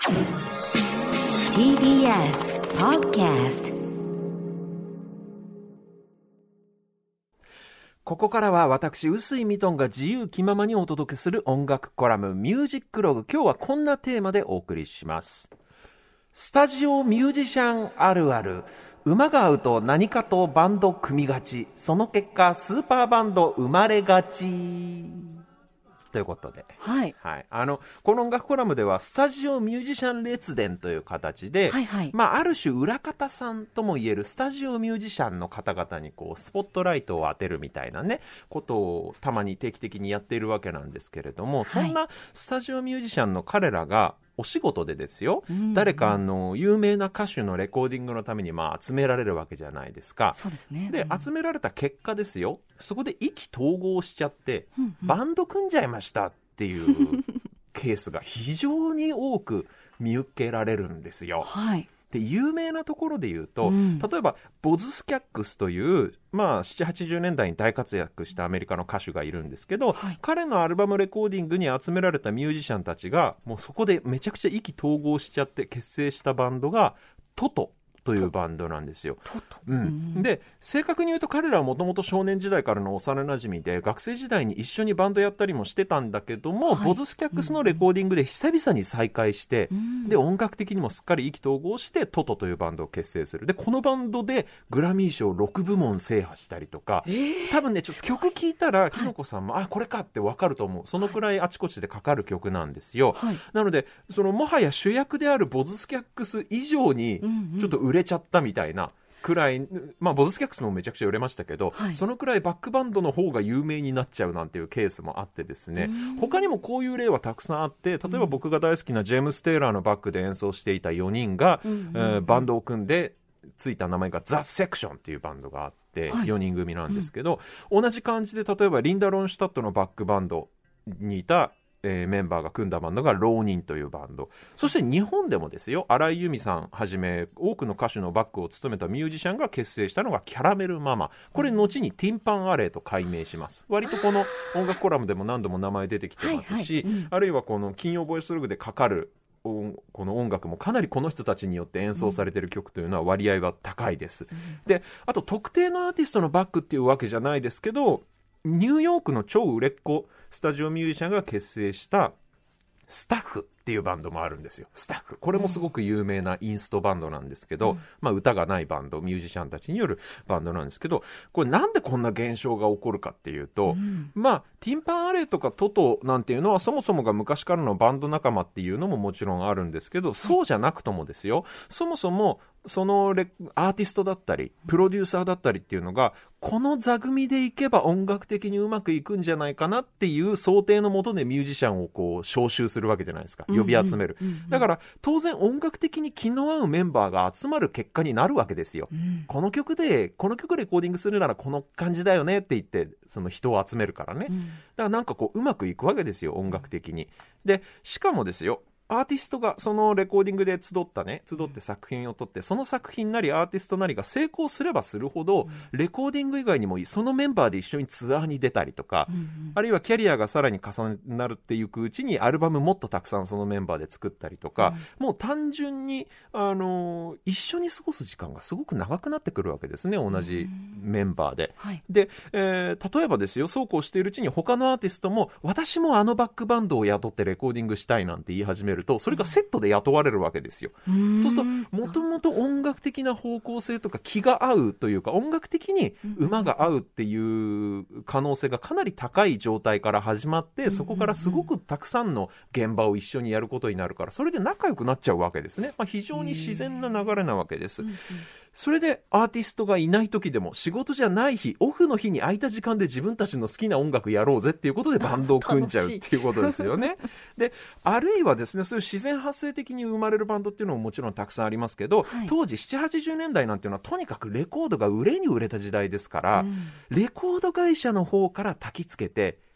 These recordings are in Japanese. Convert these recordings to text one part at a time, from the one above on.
TBS Podcast。 ここからは私、臼井ミトンが自由気ままにお届けする音楽コラム、ミュージックログ。今日はこんなテーマでお送りします。スタジオミュージシャンあるある。馬が合うと何かとバンド組みがち。その結果、スーパーバンド生まれがち。ということで、 はい、 この音楽コラムではスタジオミュージシャン列伝という形で、ある種裏方さんともいえるスタジオミュージシャンの方々にこうスポットライトを当てるみたいなねことをたまに定期的にやっているわけなんですけれども、そんなスタジオミュージシャンの彼らがお仕事でですよ、誰か有名な歌手のレコーディングのために集められるわけじゃないですか。 そうですね。 で、集められた結果ですよ、そこで意気投合しちゃって、バンド組んじゃいましたっていうケースが非常に多く見受けられるんですよ。 はい。 で、有名なところで言うと、例えばボズ・スキャックスという7、80年代に大活躍したアメリカの歌手がいるんですけど、彼のアルバムレコーディングに集められたミュージシャンたちがもうそこでめちゃくちゃ意気投合しちゃって結成したバンドがトトというバンドなんですよ。で、正確に言うと彼らはもともと少年時代からの幼馴染で学生時代に一緒にバンドやったりもしてたんだけども、ボズ・スキャックスのレコーディングで久々に再会して、で音楽的にもすっかり意気投合してトトというバンドを結成する。でこのバンドでグラミー賞6部門制覇したりとか、多分ねちょっと曲聴いたらきのこさんも、これかって分かると思う。そのくらいあちこちでかかる曲なんですよ。なのでもはや主役であるボズ・スキャックス以上にちょっと売れちゃったみたいなくらい、ボズ・スキャックスもめちゃくちゃ売れましたけど、そのくらいバックバンドの方が有名になっちゃうなんていうケースもあってですね、他にもこういう例はたくさんあって、例えば僕が大好きなジェームス・テイラーのバックで演奏していた4人が、バンドを組んでついた名前がザ・セクションっていうバンドがあって、4人組なんですけど、同じ感じで例えばリンダ・ロンシュタットのバックバンドにいたメンバーが組んだバンドが浪人というバンド。そして日本でもですよ、荒井由実さんはじめ多くの歌手のバックを務めたミュージシャンが結成したのがキャラメルママ。これ後にティンパンアレイと改名します。割とこの音楽コラムでも何度も名前出てきてますし、あるいはこの金曜ボイスログでかかるこの音楽もかなりこの人たちによって演奏されている曲というのは割合は高いです。で、あと特定のアーティストのバックっていうわけじゃないですけど、ニューヨークの超売れっ子スタジオミュージシャンが結成したスタッフっていうバンドもあるんですよ。スタッフ、これもすごく有名なインストバンドなんですけど、歌がないバンド、ミュージシャンたちによるバンドなんですけど、これなんでこんな現象が起こるかっていうと、ティンパンアレイとかトトなんていうのはそもそもが昔からのバンド仲間っていうのももちろんあるんですけど、そうじゃなくともですよ、そもそもそのアーティストだったりプロデューサーだったりっていうのがこの座組でいけば音楽的にうまくいくんじゃないかなっていう想定のもとでミュージシャンをこう招集するわけじゃないですか。呼び集める。だから当然音楽的に気の合うメンバーが集まる結果になるわけですよ。この曲レコーディングするならこの感じだよねって言ってその人を集めるからね。だからなんかこううまくいくわけですよ、音楽的に。で、しかもですよ、アーティストがそのレコーディングで集って作品を撮って、その作品なりアーティストなりが成功すればするほど、レコーディング以外にもそのメンバーで一緒にツアーに出たりとか、あるいはキャリアがさらに重なっていくうちにアルバムもっとたくさんそのメンバーで作ったりとか、もう単純に一緒に過ごす時間がすごく長くなってくるわけですね、同じメンバーで。で、例えばですよ、そうこうしているうちに他のアーティストも私もあのバックバンドを雇ってレコーディングしたいなんて言い始めると、それがセットで雇われるわけですよ。そうするともともと音楽的な方向性とか気が合うというか、音楽的に馬が合うっていう可能性がかなり高い状態から始まって、そこからすごくたくさんの現場を一緒にやることになるから、それで仲良くなっちゃうわけですね。非常に自然な流れなわけです。それでアーティストがいない時でも仕事じゃない日、オフの日に空いた時間で自分たちの好きな音楽やろうぜっていうことでバンドを組んじゃうっていうことですよね。で、あるいはですね、そういう自然発生的に生まれるバンドっていうのももちろんたくさんありますけど、当時7、80年代なんていうのはとにかくレコードが売れに売れた時代ですから、レコード会社の方から焚きつけて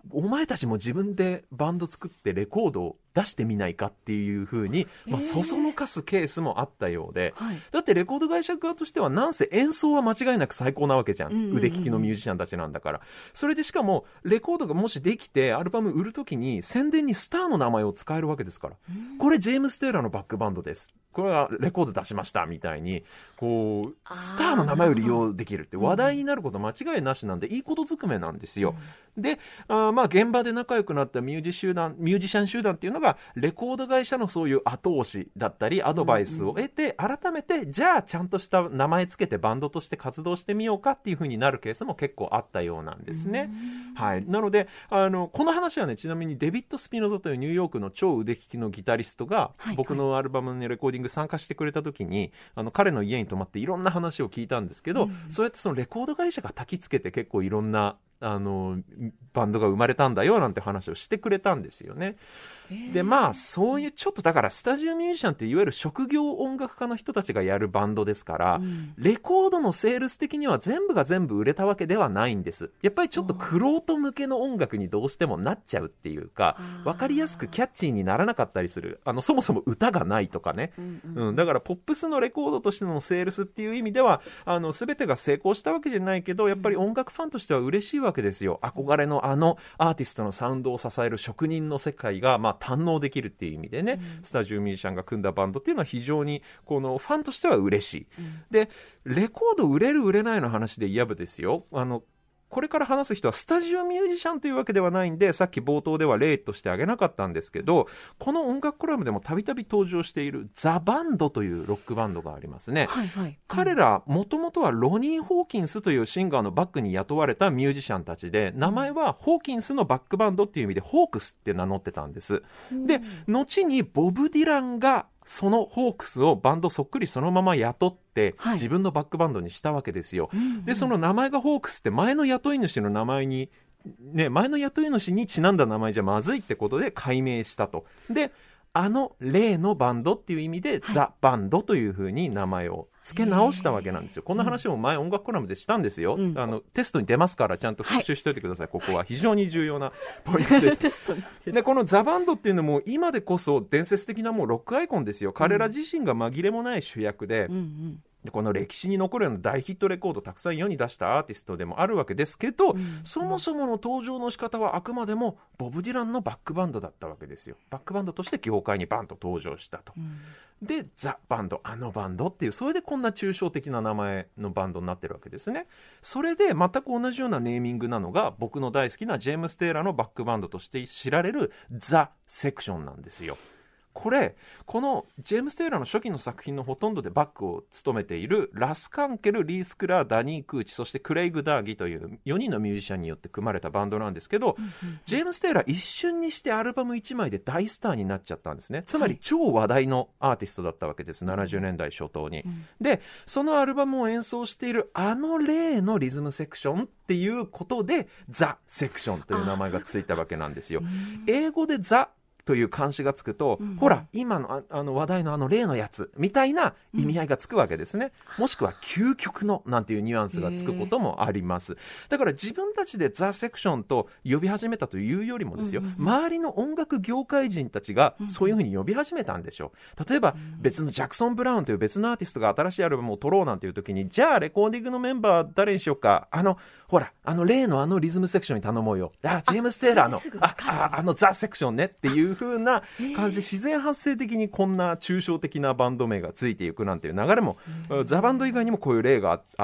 お前たちも自分でバンド作ってレコードを出してみないかっていうふうに、そそのかすケースもあったようで、だってレコード会社側としてはなんせ演奏は間違いなく最高なわけじゃん、腕利きのミュージシャンたちなんだから。それでしかもレコードがもしできてアルバム売るときに宣伝にスターの名前を使えるわけですから、これジェームス・テイラーのバックバンドです、これはレコード出しましたみたいにこうスターの名前を利用できるって話題になること間違いなしなんで、いいことずくめなんですよ。で現場で仲良くなったミュージシャン集団っていうのがレコード会社のそういう後押しだったりアドバイスを得て、改めてじゃあちゃんとした名前つけてバンドとして活動してみようかっていう風になるケースも結構あったようなんですね。はい、なのでこの話はね、ちなみにデビッド・スピノザというニューヨークの超腕利きのギタリストが、僕のアルバムのレコーディング参加してくれた時に彼の家に泊まっていろんな話を聞いたんですけど、そうやってそのレコード会社が焚きつけて結構いろんなバンドが生まれたんだよなんて話をしてくれたんですよね。でそういうちょっとだからスタジオミュージシャンっていわゆる職業音楽家の人たちがやるバンドですから、レコードのセールス的には全部が全部売れたわけではないんです。やっぱりちょっと玄人向けの音楽にどうしてもなっちゃうっていうか、分かりやすくキャッチーにならなかったりする、そもそも歌がないとかね、だからポップスのレコードとしてのセールスっていう意味では全てが成功したわけじゃないけど、やっぱり音楽ファンとしては嬉しいわけですよ。憧れのアーティストのサウンドを支える職人の世界が堪能できるっていう意味でね、スタジオミュージシャンが組んだバンドっていうのは非常にこのファンとしては嬉しい、でレコード売れる売れないの話で言えばですよ、これから話す人はスタジオミュージシャンというわけではないんで、さっき冒頭では例として挙げなかったんですけど、この音楽コラムでもたびたび登場しているザ・バンドというロックバンドがありますね。彼らもともとはロニー・ホーキンスというシンガーのバックに雇われたミュージシャンたちで、名前はホーキンスのバックバンドっていう意味でホークスって名乗ってたんです。で後にボブ・ディランがそのホークスをバンドそっくりそのまま雇って自分のバックバンドにしたわけですよ、でその名前がホークスって前の雇い主の名前に、前の雇い主にちなんだ名前じゃまずいってことで改名したと。で例のバンドっていう意味で、ザ・バンドという風に名前を付け直したわけなんですよ。この話も前音楽コラムでしたんですよ、テストに出ますからちゃんと復習しておいてください、ここは非常に重要なポイントですでこのザ・バンドっていうのも今でこそ伝説的なもうロックアイコンですよ。彼ら自身が紛れもない主役で、この歴史に残るような大ヒットレコードたくさん世に出したアーティストでもあるわけですけど、そもそもの登場の仕方はあくまでもボブ・ディランのバックバンドだったわけですよ。バックバンドとして業界にバンと登場したと、でザ・バンド、バンドっていう、それでこんな抽象的な名前のバンドになってるわけですね。それで全く同じようなネーミングなのが僕の大好きなジェームス・テイラーのバックバンドとして知られるザ・セクションなんですよ。このジェームス・テイラーの初期の作品のほとんどでバックを務めているラス・カンケル、リース・クラー、ダニー・クーチ、そしてクレイグ・ダーギという4人のミュージシャンによって組まれたバンドなんですけど、ジェームス・テイラー一瞬にしてアルバム1枚で大スターになっちゃったんですね。つまり超話題のアーティストだったわけです、70年代初頭に、でそのアルバムを演奏している例のリズムセクションっていうことでザ・セクションという名前がついたわけなんですよ。英語でザという漢詞がつくと、ほら今の話題の例のやつみたいな意味合いがつくわけですね、もしくは究極のなんていうニュアンスがつくこともあります。だから自分たちでザ・セクションと呼び始めたというよりもですよ、周りの音楽業界人たちがそういうふうに呼び始めたんでしょう。例えば別のジャクソン・ブラウンという別のアーティストが新しいアルバムを撮ろうなんていう時に、じゃあレコーディングのメンバー誰にしようか、ほら例のリズムセクションに頼もうよ、ジェームス・テイラーのザ・セクションねっていう風な感じで自然発生的にこんな抽象的なバンド名がついていくなんていう流れも、ザ・バンド以外にもこういう例があって、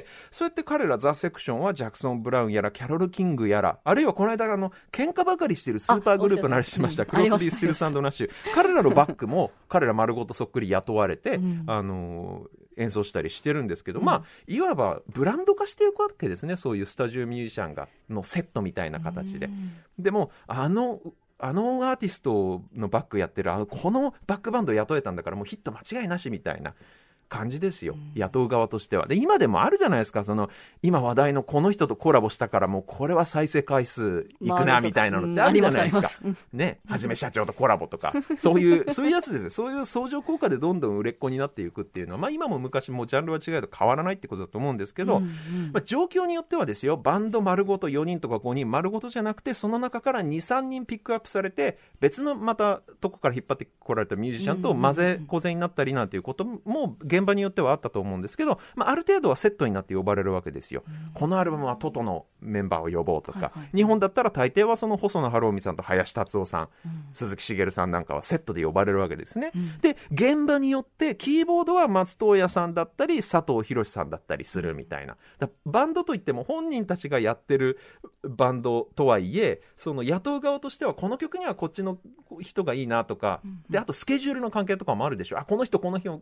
そうやって彼らザ・セクションはジャクソン・ブラウンやらキャロル・キングやら、あるいはこの間喧嘩ばかりしているスーパーグループの話しましたクロスビー・スティルス&ナッシュ、彼らのバックも彼ら丸ごとそっくり雇われて、演奏したりしてるんですけど、いわばブランド化していくわけですね、そういうスタジオミュージシャンがのセットみたいな形で。でもアーティストのバックやってるこのバックバンド雇えたんだからもうヒット間違いなしみたいな、 感じですよ、雇う側としては。で、今でもあるじゃないですか、今話題のこの人とコラボしたからもうこれは再生回数いくなみたいなのってあるじゃないですか。ね、はじめ社長とコラボとか、そういうやつですよ。そういう相乗効果でどんどん売れっ子になっていくっていうのは、今も昔もジャンルは違えど変わらないってことだと思うんですけど、状況によってはですよ、バンド丸ごと4人とか5人丸ごとじゃなくて、その中から2、3人ピックアップされて、別のまたとこから引っ張ってこられたミュージシャンと混ぜこぜになったりなんていうことも現場によってはあったと思うんですけど、ある程度はセットになって呼ばれるわけですよ。このアルバムはトトのメンバーを呼ぼうとか、日本だったら大抵はその細野晴臣さんと林達夫さん、鈴木茂さんなんかはセットで呼ばれるわけですね。で、現場によってキーボードは松任谷さんだったり佐藤博さんだったりするみたいな。バンドといっても本人たちがやってるバンドとはいえ、その雇う側としてはこの曲にはこっちの人がいいなとか、で、あとスケジュールの関係とかもあるでしょ。この日は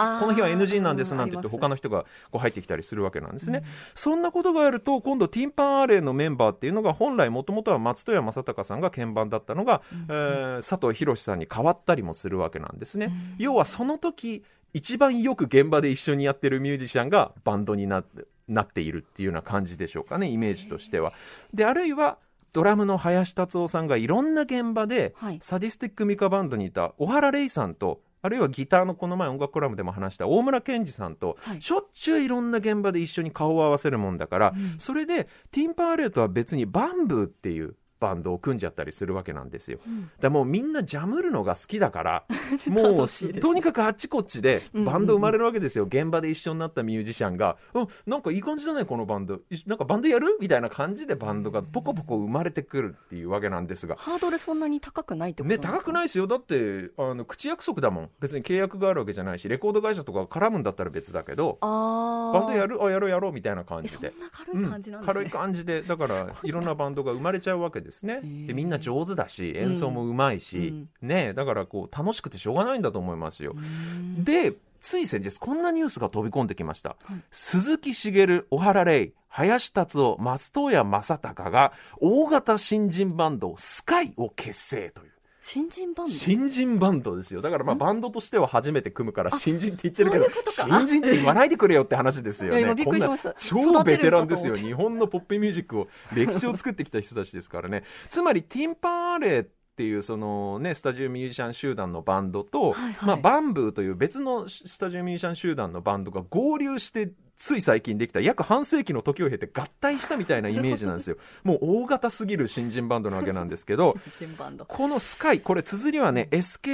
NG なんですなんて言って他の人がこう入ってきたりするわけなんですね。そんなことがあると今度ティンパンアレイのメンバーっていうのが本来もともとは松任谷正隆さんが鍵盤だったのが、佐藤博さんに変わったりもするわけなんですね。要はその時一番よく現場で一緒にやってるミュージシャンがバンドになっているっていうような感じでしょうかね、イメージとしては。で、あるいはドラムの林達夫さんがいろんな現場で、サディスティックミカバンドにいた小原玲さんと、あるいはギターのこの前音楽コラムでも話した大村健二さんと、しょっちゅういろんな現場で一緒に顔を合わせるもんだから、それでティンパンアレイとは別にバンブーっていうバンドを組んじゃったりするわけなんですよ。だもうみんなジャムるのが好きだからもうとにかくあっちこっちでバンド生まれるわけですよ。現場で一緒になったミュージシャンが、なんかいい感じだねこのバンド、なんかバンドやるみたいな感じでバンドがポコポコ生まれてくるっていうわけなんですが、 ハードルそんなに高くないってことなんですか？ ね、高くないですよ。だって口約束だもん。別に契約があるわけじゃないし、レコード会社とか絡むんだったら別だけど、バンドやるやろうみたいな感じで、 そんな軽い感じなんですね。 軽い感じで、だからいろんなバンドが生まれちゃうわけですね。で、みんな上手だし演奏もうまいし、ね、だからこう楽しくてしょうがないんだと思いますよ。で、つい先日こんなニュースが飛び込んできました。鈴木茂、小原玲、林達夫、松任谷正隆が大型新人バンドスカイを結成という。 新人バンドですよ。だからバンドとしては初めて組むから新人って言ってるけど、新人って言わないでくれよって話ですよね。 今びっくりしました。 超ベテランですよ。日本のポップミュージックを歴史を作ってきた人たちですからね。つまりティンパンアレイっていうそのね、スタジオミュージシャン集団のバンドと、バンブーという別のスタジオミュージシャン集団のバンドが合流してつい最近できた約半世紀の時を経て合体したみたいなイメージなんですよ。もう大型すぎる新人バンドなわけなんですけどこのスカイ、これ綴りはね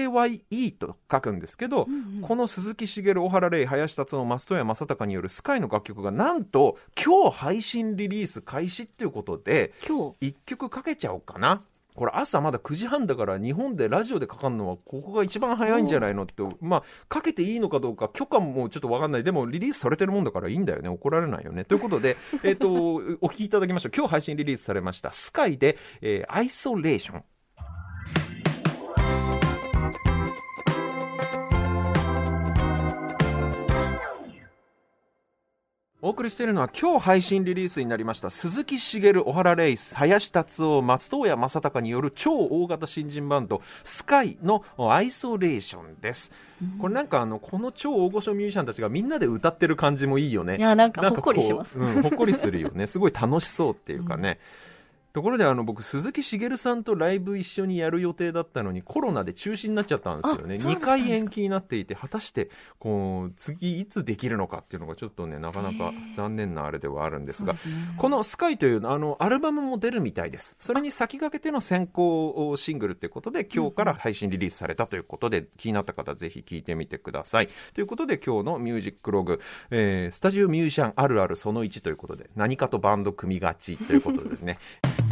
SKYE と書くんですけど、この鈴木茂、小原玲、林達夫、松任谷正隆によるスカイの楽曲がなんと今日配信リリース開始っていうことで、今日1曲かけちゃおうかな。これ朝まだ9時半だから日本でラジオでかかるのはここが一番早いんじゃないのって、かけていいのかどうか許可もちょっと分かんない。でもリリースされてるもんだからいいんだよね、怒られないよねということでお聞きいただきましょう。今日配信リリースされましたスカイで、アイソレーション。お送りしているのは今日配信リリースになりました鈴木茂、小原玲、林達夫、松任谷正隆による超大型新人バンドスカイのアイソレーションです。これなんかこの超大御所ミュージシャンたちがみんなで歌ってる感じもいいよね。 いや、なんかほっこりします。 ほっこりするよね。すごい楽しそうっていうかね。ところで僕鈴木茂さんとライブ一緒にやる予定だったのにコロナで中止になっちゃったんですよね。2回延期になっていて、果たして次いつできるのかっていうのがちょっとね、なかなか残念なあれではあるんですが、このスカイというアルバムも出るみたいです。それに先駆けての先行シングルということで今日から配信リリースされたということで、気になった方ぜひ聞いてみてくださいということで、今日のミュージックログ、スタジオミュージシャンあるあるその1ということで、何かとバンド組みがちということですね